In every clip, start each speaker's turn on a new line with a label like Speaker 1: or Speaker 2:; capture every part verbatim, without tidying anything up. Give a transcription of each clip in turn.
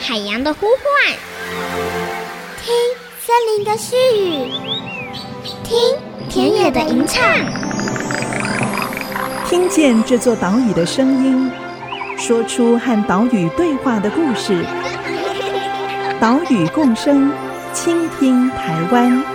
Speaker 1: 海洋的呼唤，听森林的絮语，听田野的吟唱，
Speaker 2: 听见这座岛屿的声音，说出和岛屿对话的故事。岛屿共生，倾听台湾。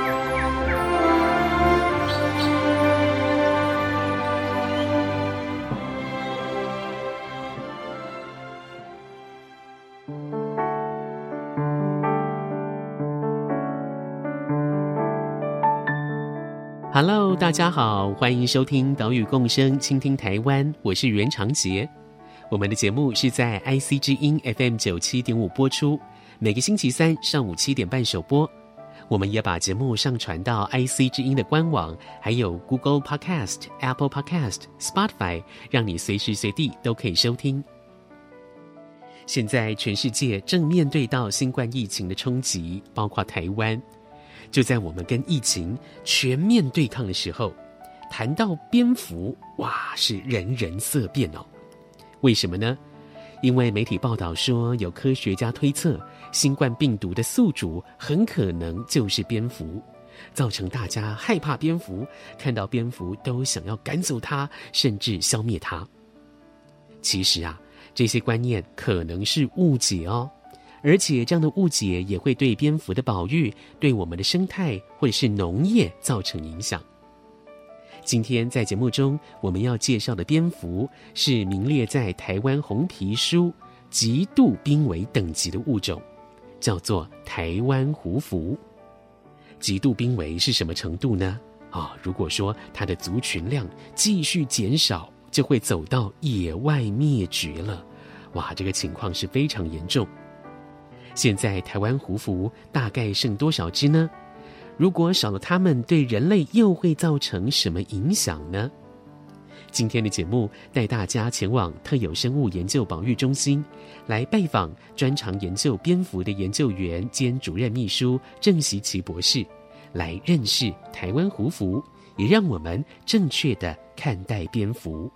Speaker 3: Hello， 大家好，欢迎收听岛屿共生，倾听台湾，我是袁长杰。我们的节目是在 I C 之音 F M 九十七点五 播出，每个星期三上午七点半首播。我们也把节目上传到 I C 之音的官网，还有 Google Podcast、Apple Podcast、Spotify， 让你随时随地都可以收听。现在全世界正面对到新冠疫情的冲击，包括台湾。就在我们跟疫情全面对抗的时候，谈到蝙蝠，哇，是人人色变哦。为什么呢？因为媒体报道说，有科学家推测，新冠病毒的宿主很可能就是蝙蝠，造成大家害怕蝙蝠，看到蝙蝠都想要赶走它，甚至消灭它。其实啊，这些观念可能是误解哦。而且这样的误解也会对蝙蝠的保育，对我们的生态或者是农业造成影响。今天在节目中我们要介绍的蝙蝠是名列在台湾红皮书极度濒危等级的物种，叫做台湾胡蝠。极度濒危是什么程度呢？哦，如果说它的族群量继续减少，就会走到野外灭绝了。哇，这个情况是非常严重。现在台湾胡蝠大概剩多少只呢？如果少了它们，对人类又会造成什么影响呢？今天的节目带大家前往特有生物研究保育中心，来拜访专长研究蝙蝠的研究员兼主任秘书郑习琪博士，来认识台湾胡蝠，也让我们正确地看待蝙蝠。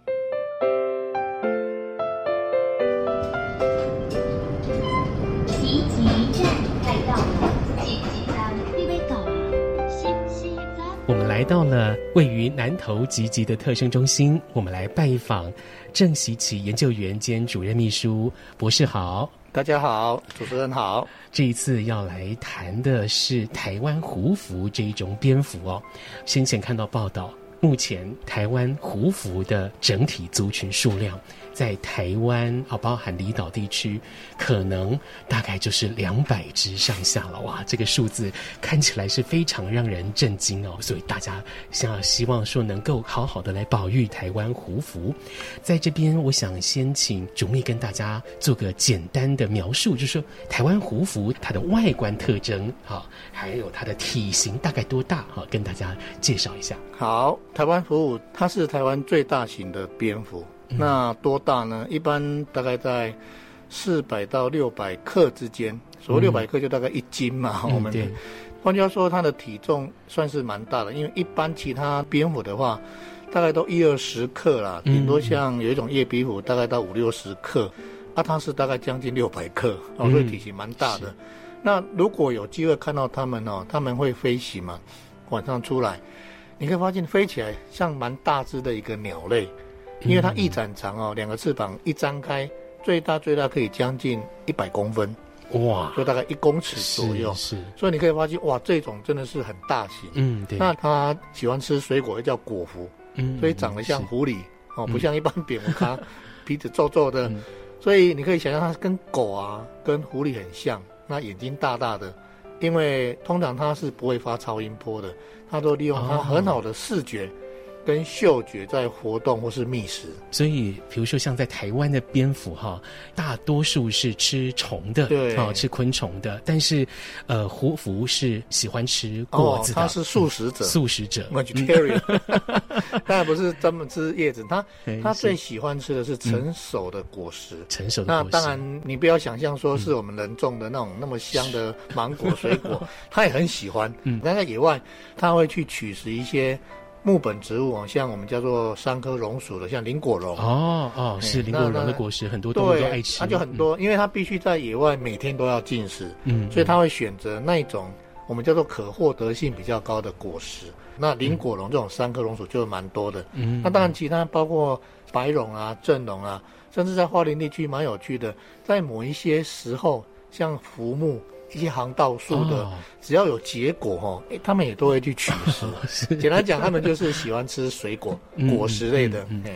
Speaker 3: 我们来到了位于南投集集的特生中心，我们来拜访郑习琪研究员兼主任秘书博士好。
Speaker 4: 大家好，主持人好。
Speaker 3: 这一次要来谈的是台湾胡蝠这一种蝙蝠哦。先前看到报道，目前台湾胡蝠的整体族群数量在台湾啊，包含离岛地区，可能大概就是两百只上下了。哇，这个数字看起来是非常让人震惊哦。所以大家想要希望说能够好好的来保育台湾胡蝠。在这边，我想先请主秘跟大家做个简单的描述，就是说台湾胡蝠它的外观特征，好，还有它的体型大概多大，好，跟大家介绍一下。
Speaker 4: 好，台湾胡蝠它是台湾最大型的蝙蝠。那多大呢？一般大概在四百到六百克之间。所谓六百克就大概一斤嘛。嗯、我们对，换句话说，它的体重算是蛮大的。因为一般其他蝙蝠的话，大概都一二十克啦，顶多像有一种叶鼻蝠，大概到五六十克。啊，它是大概将近六百克，哦，所以体型蛮大的。嗯、那如果有机会看到它们哦，它们会飞行嘛，晚上出来，你可以发现飞起来像蛮大只的一个鸟类。因为它翼展长哦，两个翅膀一张开，最大最大可以将近一百公分，哇，就大概一公尺左右。是，是所以你可以发现，哇，这种真的是很大型。嗯，对。那它喜欢吃水果，又叫果蝠，嗯，所以长得像狐狸哦，不像一般蝙蝠，它鼻子皱皱的，嗯、所以你可以想象它跟狗啊、跟狐狸很像，那眼睛大大的。因为通常它是不会发超音波的，它都利用它很好的视觉。哦跟嗅觉在活动或是觅食。
Speaker 3: 所以比如说像在台湾的蝙蝠哈，大多数是吃虫的，对、哦、吃昆虫的，但是呃胡蝠是喜欢吃果子的，
Speaker 4: 它、哦、是素食者、嗯、
Speaker 3: 素食者
Speaker 4: vegetarian 当然不是专门吃叶子，它它最喜欢吃的是成熟的果实、嗯、成熟的果实。那当然你不要想象说是我们人种的那种那么香的芒果水果它也很喜欢。嗯，但在野外它会去取食一些木本植物哦，像我们叫做三颗榕属的，像林果榕。
Speaker 3: 哦哦，是林果榕的果实，很多动物都爱吃。
Speaker 4: 它就很多，嗯、因为它必须在野外每天都要进食，
Speaker 3: 嗯，
Speaker 4: 所以它会选择那一种我们叫做可获得性比较高的果实。那林果榕这种三颗榕属就蛮多的。嗯，那当然其他包括白榕啊、正榕啊，甚至在花莲地区蛮有趣的，在某一些时候，像浮木。一些航道树的，哦、只要有结果哈，哎，他们也都会去取食。简单讲，他们就是喜欢吃水果、嗯、果实类的。嗯嗯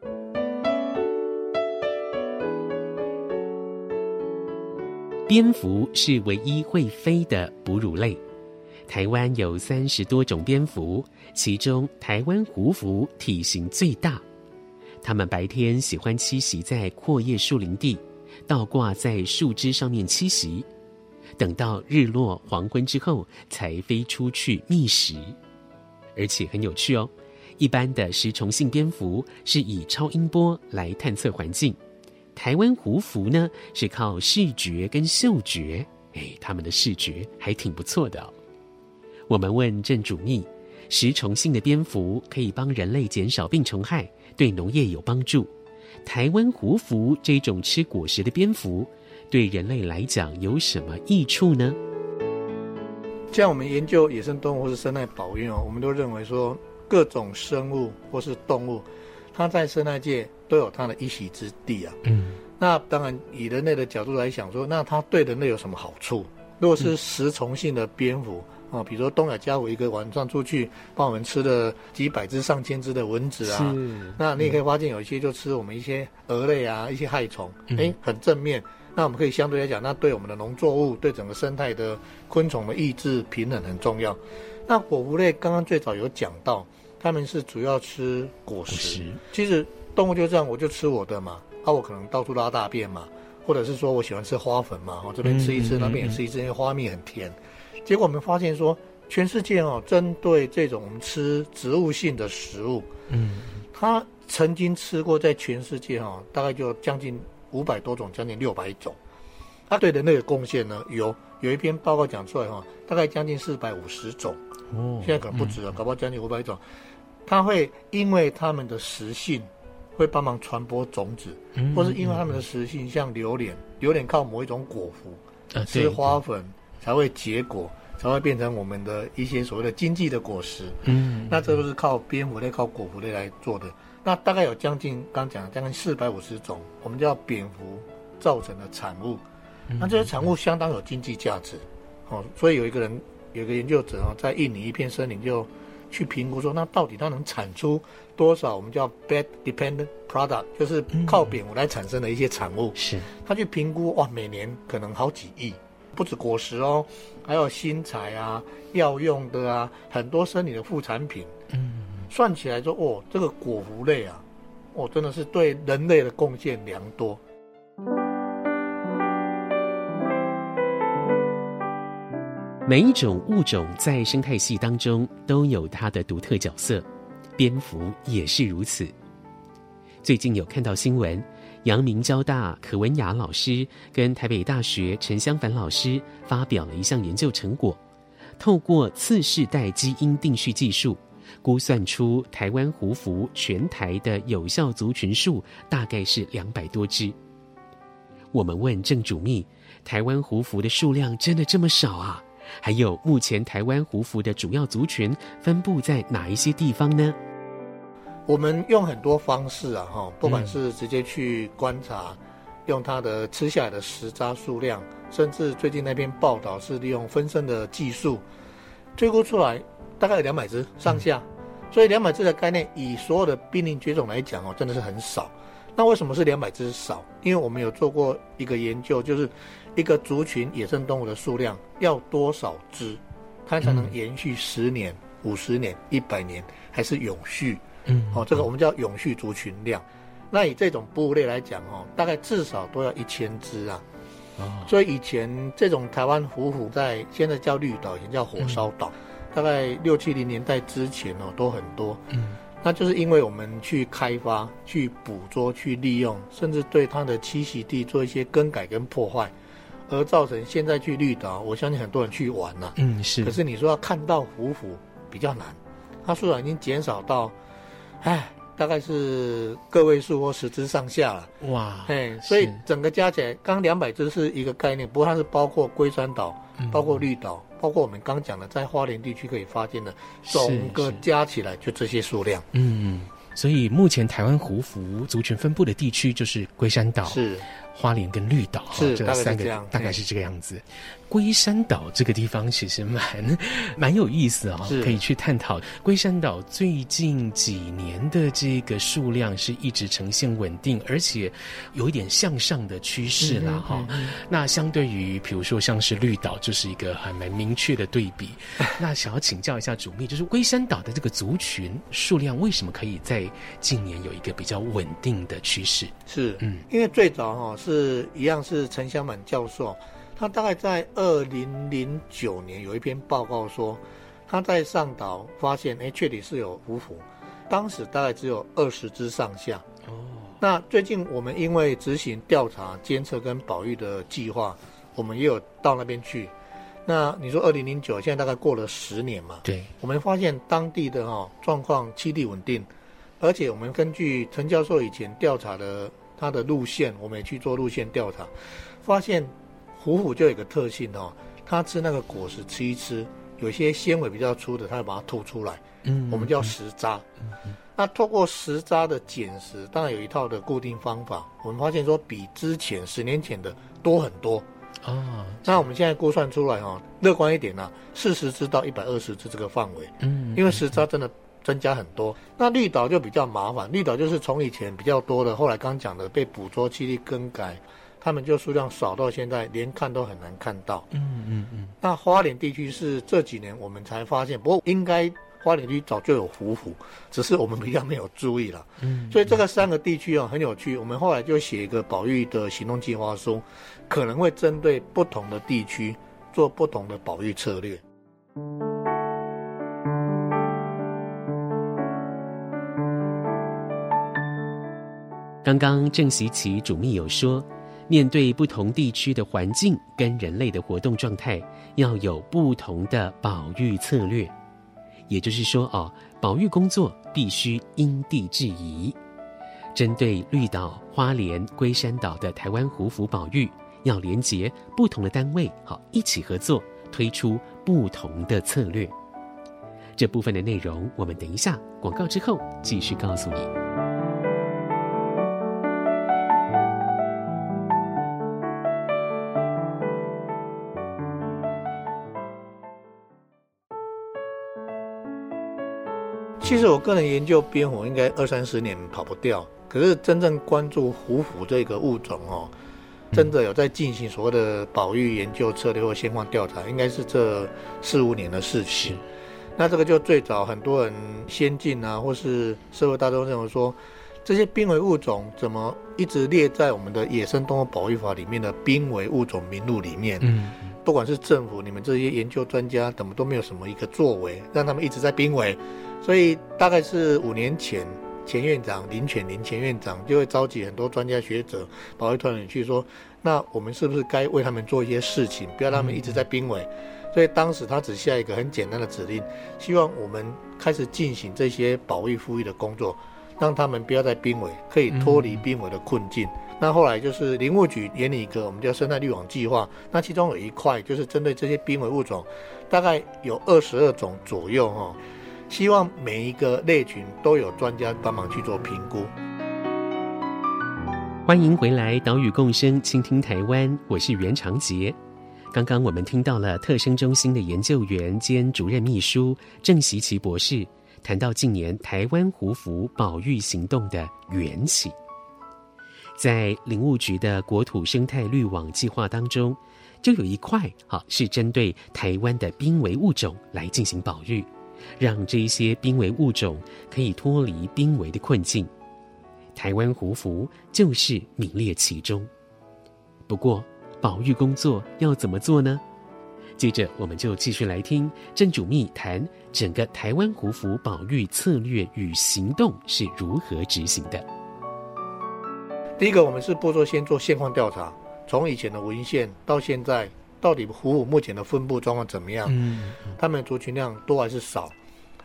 Speaker 3: 嗯、蝙蝠是唯一会飞的哺乳类，台湾有三十多种蝙蝠，其中台湾狐蝠体型最大。它们白天喜欢栖息在阔叶树林地，倒挂在树枝上面栖息。等到日落黄昏之后才飞出去觅食。而且很有趣哦，一般的食虫性蝙蝠是以超音波来探测环境，台湾狐蝠呢是靠视觉跟嗅觉，哎，他们的视觉还挺不错的哦。我们问郑主秘，食虫性的蝙蝠可以帮人类减少病虫害，对农业有帮助，台湾狐蝠这种吃果实的蝙蝠对人类来讲有什么益处呢？
Speaker 4: 像我们研究野生动物或是生态保育哦，我们都认为说各种生物或是动物，它在生态界都有它的一席之地啊。嗯，那当然以人类的角度来想说，那它对人类有什么好处？如果是食虫性的蝙蝠啊、嗯，比如说东亚家伙一个晚上出去帮我们吃了几百只上千只的蚊子啊，那你也可以发现有一些就吃我们一些蛾类啊，一些害虫，哎、嗯，很正面。那我们可以相对来讲，那对我们的农作物、对整个生态的昆虫的抑制平衡很重要。那果蝠类刚刚最早有讲到，他们是主要吃果实。果实其实动物就这样，我就吃我的嘛，啊，我可能到处拉大便嘛，或者是说我喜欢吃花粉嘛，我这边吃一吃，嗯、那边也吃一吃，因为花蜜很甜。结果我们发现说，全世界哦，针对这种我们吃植物性的食物，嗯，它曾经吃过在全世界哈、哦，大概就将近五百多种，将近六百种。它对人类的贡献呢，有有一篇报告讲出来哈，大概将近四百五十种。哦，现在可能不止了，嗯、搞不好将近五百种。它会因为它们的食性，会帮忙传播种子，嗯、或是因为它们的食性，像榴莲，榴莲靠某一种果蝠，啊、吃花粉才会结果，才会变成我们的一些所谓的经济的果实。嗯，那这都是靠蝙蝠类、靠果蝠类来做的。那大概有将近刚讲将近四百五十种，我们叫蝙蝠造成的产物。那这些产物相当有经济价值，哦，所以有一个人，有一个研究者哦，在印尼一片森林就去评估说，那到底它能产出多少我们叫 bat dependent product， 就是靠蝙蝠来产生的一些产物。是，他去评估哇，每年可能好几亿，不止果实哦，还有新材啊、药用的啊，很多生理的副产品。嗯，算起来说，哦，这个果蝠类啊，哦，真的是对人类的贡献良多。
Speaker 3: 每一种物种在生态系当中都有它的独特角色，蝙蝠也是如此。最近有看到新闻，阳明交大可文雅老师跟台北大学陈香凡老师发表了一项研究成果，透过次世代基因定序技术，估算出台湾狐蝠全台的有效族群数大概是两百多只。我们问郑主秘，台湾狐蝠的数量真的这么少啊？还有目前台湾狐蝠的主要族群分布在哪一些地方呢？
Speaker 4: 我们用很多方式啊，不管是直接去观察，嗯、用它的吃下来的食渣数量，甚至最近那篇报道是利用分身的技术推估出来，大概有两百只上下。嗯、所以两百只的概念，以所有的濒临绝种来讲哦，真的是很少。那为什么是两百只少？因为我们有做过一个研究，就是一个族群野生动物的数量要多少只，它才能延续十年、五十年、一百年，还是永续？嗯，哦，这个我们叫永续族群量。那以这种哺乳类来讲，哦，大概至少都要一千只啊。哦，所以以前这种台湾狐蝠在现在叫绿岛，以前叫火烧岛，嗯、大概六七零年代之前哦，都很多。嗯。那就是因为我们去开发、去捕捉、去利用，甚至对它的栖息地做一些更改跟破坏，而造成现在去绿岛，我相信很多人去玩了、啊。嗯，是。可是你说要看到狐蝠比较难， 它数量已经减少到，哎，大概是个位数或十只上下了。
Speaker 5: 哇，
Speaker 4: 哎，所以整个加起来，刚两百只是一个概念，不过它是包括龟山岛、嗯、包括绿岛，包括我们刚讲的在花莲地区可以发现的，整个加起来就这些数量。
Speaker 5: 嗯，所以目前台湾胡服族群分布的地区就是龟山岛、
Speaker 4: 是
Speaker 5: 花莲跟绿岛，
Speaker 4: 是
Speaker 5: 这三个大概是这个样子。龟山岛这个地方其实蛮蛮有意思啊、哦，可以去探讨。龟山岛最近几年的这个数量是一直呈现稳定，而且有一点向上的趋势啦哈、嗯嗯嗯。那相对于比如说像是绿岛，就是一个还蛮明确的对比。那想要请教一下主秘，就是龟山岛的这个族群数量为什么可以在近年有一个比较稳定的趋势？
Speaker 4: 是，嗯，因为最早哈、哦、是一样是陈香满教授。他大概在二零零九年有一篇报告说，他在上岛发现，哎，确实是有胡服，当时大概只有二十只上下。哦，那最近我们因为执行调查、监测跟保育的计划，我们也有到那边去。那你说二零零九，现在大概过了十年嘛？
Speaker 5: 对，
Speaker 4: 我们发现当地的哈、哦、状况栖地稳定，而且我们根据陈教授以前调查的他的路线，我们也去做路线调查，发现。虎虎就有一个特性哦，它吃那个果实吃一吃，有些纤维比较粗的，它会把它吐出来，嗯，我们叫食渣。嗯嗯、那透过食渣的捡食，当然有一套的固定方法，我们发现说比之前十年前的多很多。哦，那我们现在估算出来哦，乐观一点啊，四十只到一百二十只这个范围，嗯，因为食渣真的增加很多。那绿岛就比较麻烦，绿岛就是从以前比较多的，后来刚讲的被捕捉、栖地更改。他们就数量少到现在连看都很难看到。嗯嗯嗯。那花莲地区是这几年我们才发现，不过应该花莲地区早就有胡服，只是我们比较没有注意了。嗯。所以这个三个地区啊很有趣，我们后来就写一个保育的行动计划书，可能会针对不同的地区做不同的保育策略。
Speaker 3: 刚刚郑习琪主秘有说，面对不同地区的环境跟人类的活动状态，要有不同的保育策略。也就是说哦，保育工作必须因地制宜。针对绿岛、花莲、龟山岛的台湾胡服保育，要连结不同的单位，好一起合作，推出不同的策略。这部分的内容，我们等一下广告之后继续告诉你。
Speaker 4: 其实我个人研究边虎应该二三十年跑不掉，可是真正关注虎虎这个物种哦，真的有在进行所谓的保育研究策略或现况调查，应该是这四五年的事情。那这个就最早很多人先进啊，或是社会大众认为说，这些濒危物种怎么一直列在我们的野生动物保育法里面的濒危物种名录里面？嗯，不管是政府、你们这些研究专家，怎么都没有什么一个作为，让他们一直在濒危。所以大概是五年前，前院长林犬林前院长就会召集很多专家学者、保育团体去说，那我们是不是该为他们做一些事情，不要让他们一直在濒危？所以当时他只下一个很简单的指令，希望我们开始进行这些保育复育的工作，让他们不要再濒危，可以脱离濒危的困境。嗯、那后来就是林务局研拟一个我们叫生态绿网计划，那其中有一块就是针对这些濒危物种，大概有二十二种左右哈。希望每一个类群都有专家帮忙去做评估。
Speaker 3: 欢迎回来，岛屿共生，倾听台湾，我是袁长杰。刚刚我们听到了特生中心的研究员兼主任秘书郑习琪博士谈到近年台湾胡服保育行动的缘起。在林务局的国土生态绿网计划当中，就有一块好是针对台湾的濒危物种来进行保育，让这一些濒危物种可以脱离濒危的困境。台湾胡服就是名列其中。不过保育工作要怎么做呢？接着我们就继续来听郑主秘谈整个台湾胡服保育策略与行动是如何执行的。
Speaker 4: 第一个，我们是部落先做现况调查，从以前的文献到现在，到底胡虎目前的分布状况怎么样？嗯，他们的族群量多还是少？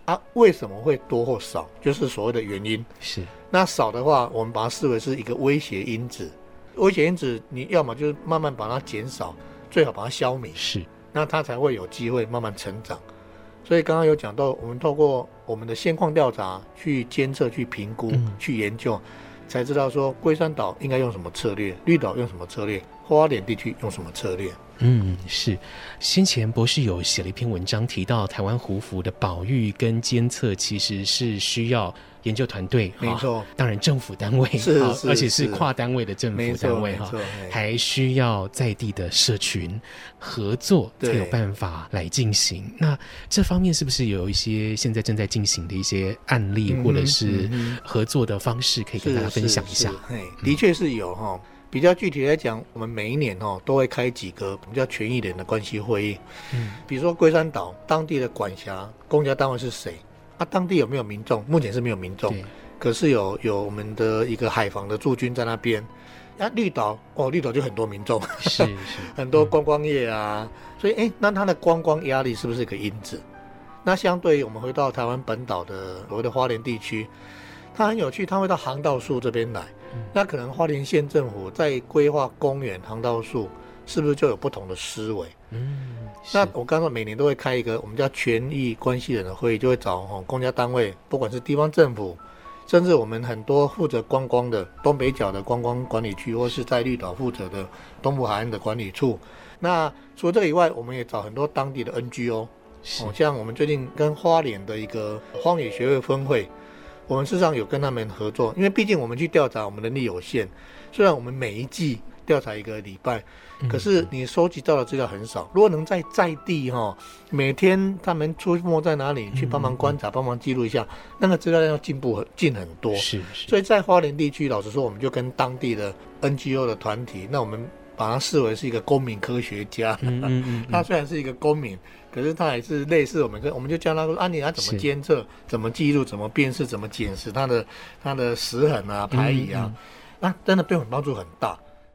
Speaker 4: 啊，为什么会多或少，就是所谓的原因。
Speaker 5: 是，
Speaker 4: 那少的话，我们把它视为是一个威胁因子。威胁因子，你要么就是慢慢把它减少，最好把它消弭，
Speaker 5: 是，
Speaker 4: 那它才会有机会慢慢成长。所以刚刚有讲到，我们透过我们的现况调查去监测、去评估、嗯、去研究，才知道说龟山岛应该用什么策略，绿岛用什么策略，花莲地区用什么策略。
Speaker 5: 嗯，是。先前博士有写了一篇文章，提到台湾胡服的保育跟监测其实是需要研究团队，
Speaker 4: 没错、哦，
Speaker 5: 当然政府单位
Speaker 4: 是是，
Speaker 5: 而且是跨单位的政府单位哈，还需要在地的社群合作才有办法来进行。那这方面是不是有一些现在正在进行的一些案例，嗯、或者是合作的方式，可以跟大家分享一下？
Speaker 4: 是是是嗯、的确是有哈。比较具体来讲，我们每一年哦都会开几个比较权益人的关系会议。嗯，比如说龟山岛当地的管辖公家单位是谁？啊，当地有没有民众？目前是没有民众，可是有有我们的一个海防的驻军在那边。那、啊、绿岛哦，绿岛就很多民众，
Speaker 5: 是是
Speaker 4: 很多观光业啊，嗯、所以哎，那它的观光压力是不是一个因子？那相对于我们回到台湾本岛的所谓的花莲地区，它很有趣，它会到航道树这边来。那可能花莲县政府在规划公园航道树，是不是就有不同的思维？嗯，那我刚刚每年都会开一个我们叫权益关系人的会议，就会找、哦、公家单位，不管是地方政府，甚至我们很多负责观光的东北角的观光管理区，或是在绿岛负责的东部海岸的管理处。那除了这个以外，我们也找很多当地的 N G O，、哦、像我们最近跟花莲的一个荒野学会分会。我们事实上有跟他们合作，因为毕竟我们去调查，我们能力有限。虽然我们每一季调查一个礼拜，可是你收集到的资料很少。如果能在在地哈、哦，每天他们出没在哪里，去帮忙观察、帮忙记录一下，那个资料量要进步进很多。
Speaker 5: 是是。
Speaker 4: 所以在花莲地区，老实说，我们就跟当地的 N G O 的团体，那我们把它视为是一个公民科学家。嗯嗯嗯、他虽然是一个公民。可是它也是类似我们，我们就教他说啊，你要怎么监测、怎么记录、怎么辨识、怎么检视它的它的石痕啊、排遗啊，那、嗯嗯啊、真的对我们帮助很大。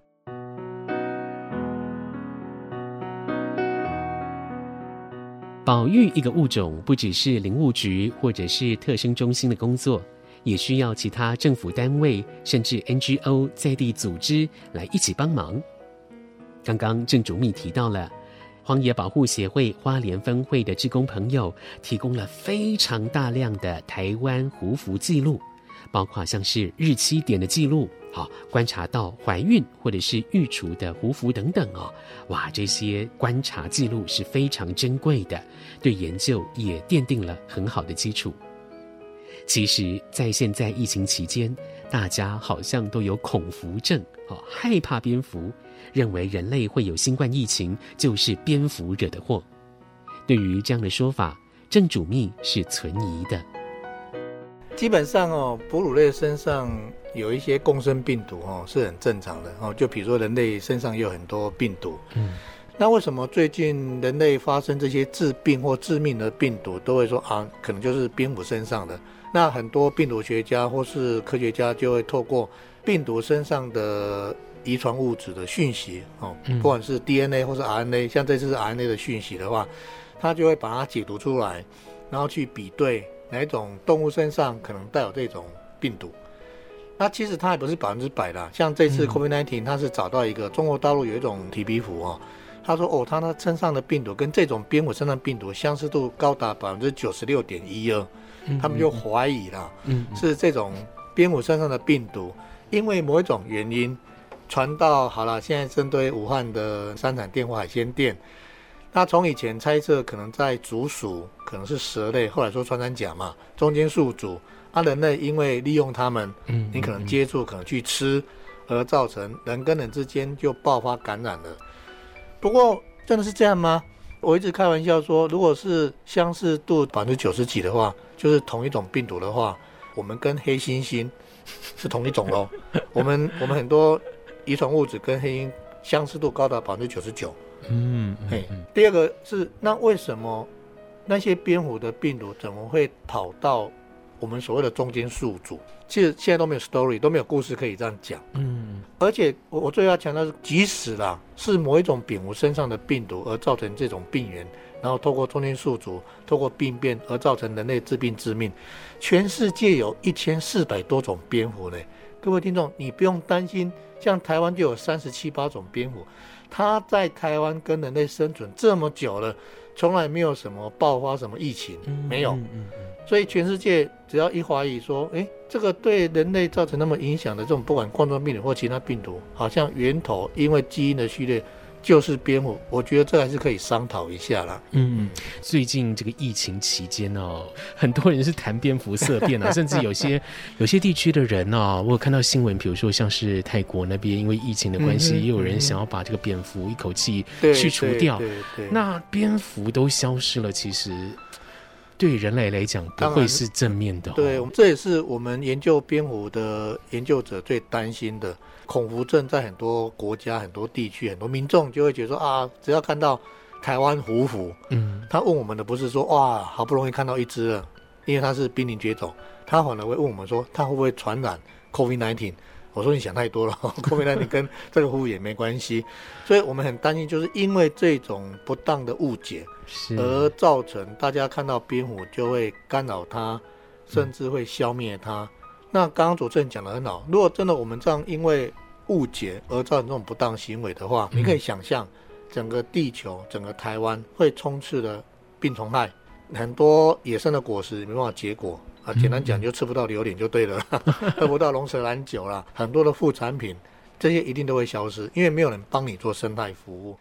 Speaker 3: 保育一个物种，不只是林务局或者是特生中心的工作，也需要其他政府单位甚至 N G O 在地组织来一起帮忙。刚刚郑主秘提到了。荒野保护协会花莲分会的志工朋友提供了非常大量的台湾胡服记录，包括像是日期点的记录，好，观察到怀孕或者是育雏的胡服等等哦，哇，这些观察记录是非常珍贵的，对研究也奠定了很好的基础。其实，在现在疫情期间，大家好像都有恐蝠症，哦，害怕蝙蝠。认为人类会有新冠疫情就是蝙蝠惹的祸。对于这样的说法，郑主秘是存疑的。
Speaker 4: 基本上哦，哺乳类身上有一些共生病毒哦，是很正常的哦。就比如说人类身上也有很多病毒，嗯，那为什么最近人类发生这些致病或致命的病毒，都会说啊，可能就是蝙蝠身上的？那很多病毒学家或是科学家就会透过病毒身上的遗传物质的讯息哦，不管是 D N A 或是 R N A， 像这次是 R N A 的讯息的话，他就会把它解读出来，然后去比对哪一种动物身上可能带有这种病毒。那其实它也不是百分之百的，像这次 COVID 十九， 它是找到一个中国大陆有一种蹄鼻蝠哦，他说哦，他那身上的病毒跟这种蝙蝠身上病毒相似度高达百分之九十六点一二，他们就怀疑啦，嗯嗯，是这种蝙蝠身上的病毒，因为某一种原因传到好了，现在针对武汉的山产店或海鲜店，那从以前猜测可能在竹鼠，可能是蛇类，后来说穿山甲嘛，中间宿主，啊，人类因为利用它们，嗯，你可能接触，可能去吃，而造成人跟人之间就爆发感染了。不过真的是这样吗？我一直开玩笑说，如果是相似度百分之九十几的话，就是同一种病毒的话，我们跟黑猩猩是同一种咯。我们我们很多遗传物质跟黑猩相似度高达百分之九十九。嗯，嘿，第二个是那为什么那些蝙蝠的病毒怎么会跑到我们所谓的中间宿主？其实现在都没有 story， 都没有故事可以这样讲。嗯，而且我我最要强调是，即使啦是某一种蝙蝠身上的病毒而造成这种病源，然然后透过中间宿主，透过病变而造成人类致病致命。全世界有一千四百多种蝙蝠呢，各位听众，你不用担心，像台湾就有三十七八种蝙蝠，它在台湾跟人类生存这么久了，从来没有什么爆发什么疫情，没有。嗯嗯嗯嗯，所以全世界只要一怀疑说，哎，这个对人类造成那么影响的这种不管冠状病毒或其他病毒，好像源头因为基因的序列就是蝙蝠，我觉得这还是可以商讨一下啦。
Speaker 5: 嗯，最近这个疫情期间哦，很多人是谈蝙蝠色变啊，甚至有些有些地区的人哦，我有看到新闻，比如说像是泰国那边，因为疫情的关系，嗯、也有人想要把这个蝙蝠一口气去除掉。
Speaker 4: 对对对对，
Speaker 5: 那蝙蝠都消失了，其实对人类来讲不会是正面的、哦。
Speaker 4: 对，这也是我们研究蝙蝠的研究者最担心的。恐蝠症在很多国家、很多地区、很多民众就会觉得说啊，只要看到台湾虎蝠，嗯，他问我们的不是说哇，好不容易看到一只了，因为它是濒临绝种，他反而会问我们说，它会不会传染 COVID 十九？ 我说你想太多了，COVID 十九 跟这个虎蝠也没关系，所以我们很担心，就是因为这种不当的误解，而造成大家看到蝙蝠就会干扰它，甚至会消灭它。嗯，那刚刚主持人讲得很好，如果真的我们这样因为误解而造成这种不当行为的话，嗯、你可以想象整个地球、整个台湾会充斥的病虫害，很多野生的果实没办法结果啊，简单讲就吃不到榴莲就对了，嗯、喝不到龙舌兰酒啦，很多的副产品，这些一定都会消失，因为没有人帮你做生态服务。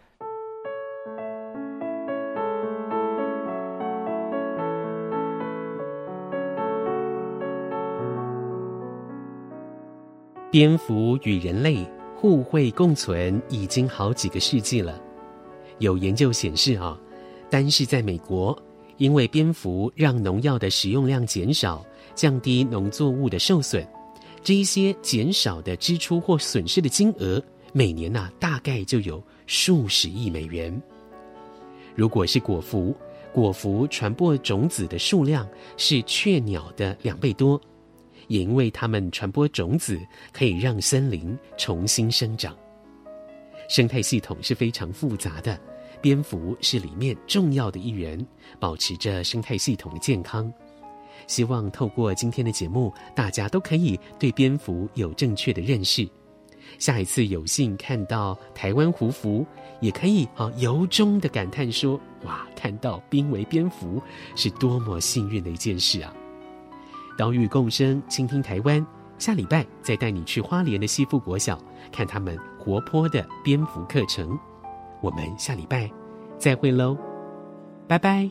Speaker 3: 蝙蝠与人类互惠共存已经好几个世纪了。有研究显示啊，单是在美国，因为蝙蝠让农药的使用量减少，降低农作物的受损，这一些减少的支出或损失的金额，每年啊大概就有数十亿美元。如果是果蝠，果蝠传播种子的数量是雀鸟的两倍多。也因为它们传播种子，可以让森林重新生长。生态系统是非常复杂的，蝙蝠是里面重要的一员，保持着生态系统的健康。希望透过今天的节目，大家都可以对蝙蝠有正确的认识。下一次有幸看到台湾虎蝠，也可以啊由衷的感叹说：哇，看到濒危蝙蝠是多么幸运的一件事啊！岛屿共生，倾听台湾。下礼拜再带你去花莲的西富国小，看他们活泼的蝙蝠课程。我们下礼拜再会喽，拜拜。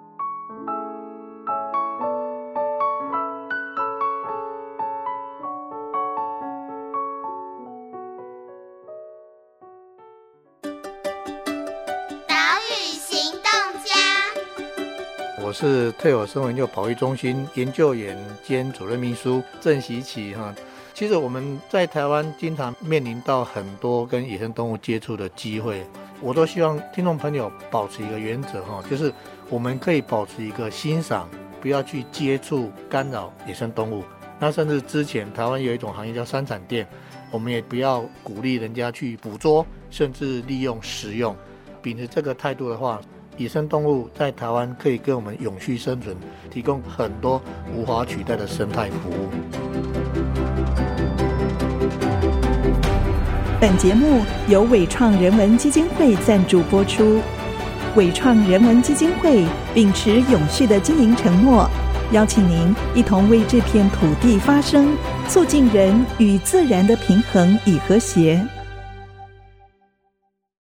Speaker 4: 我是特有生物研究保育中心研究员兼主任秘书郑习琪哈。其实我们在台湾经常面临到很多跟野生动物接触的机会，我都希望听众朋友保持一个原则哈，就是我们可以保持一个欣赏，不要去接触干扰野生动物。那甚至之前台湾有一种行业叫山产店，我们也不要鼓励人家去捕捉，甚至利用食用。秉持这个态度的话，野生动物在台湾可以跟我们永续生存提供很多无法取代的生态服务。
Speaker 2: 本节目由伟创人文基金会赞助播出。伟创人文基金会秉持永续的经营承诺，邀请您一同为这片土地发声，促进人与自然的平衡与和谐。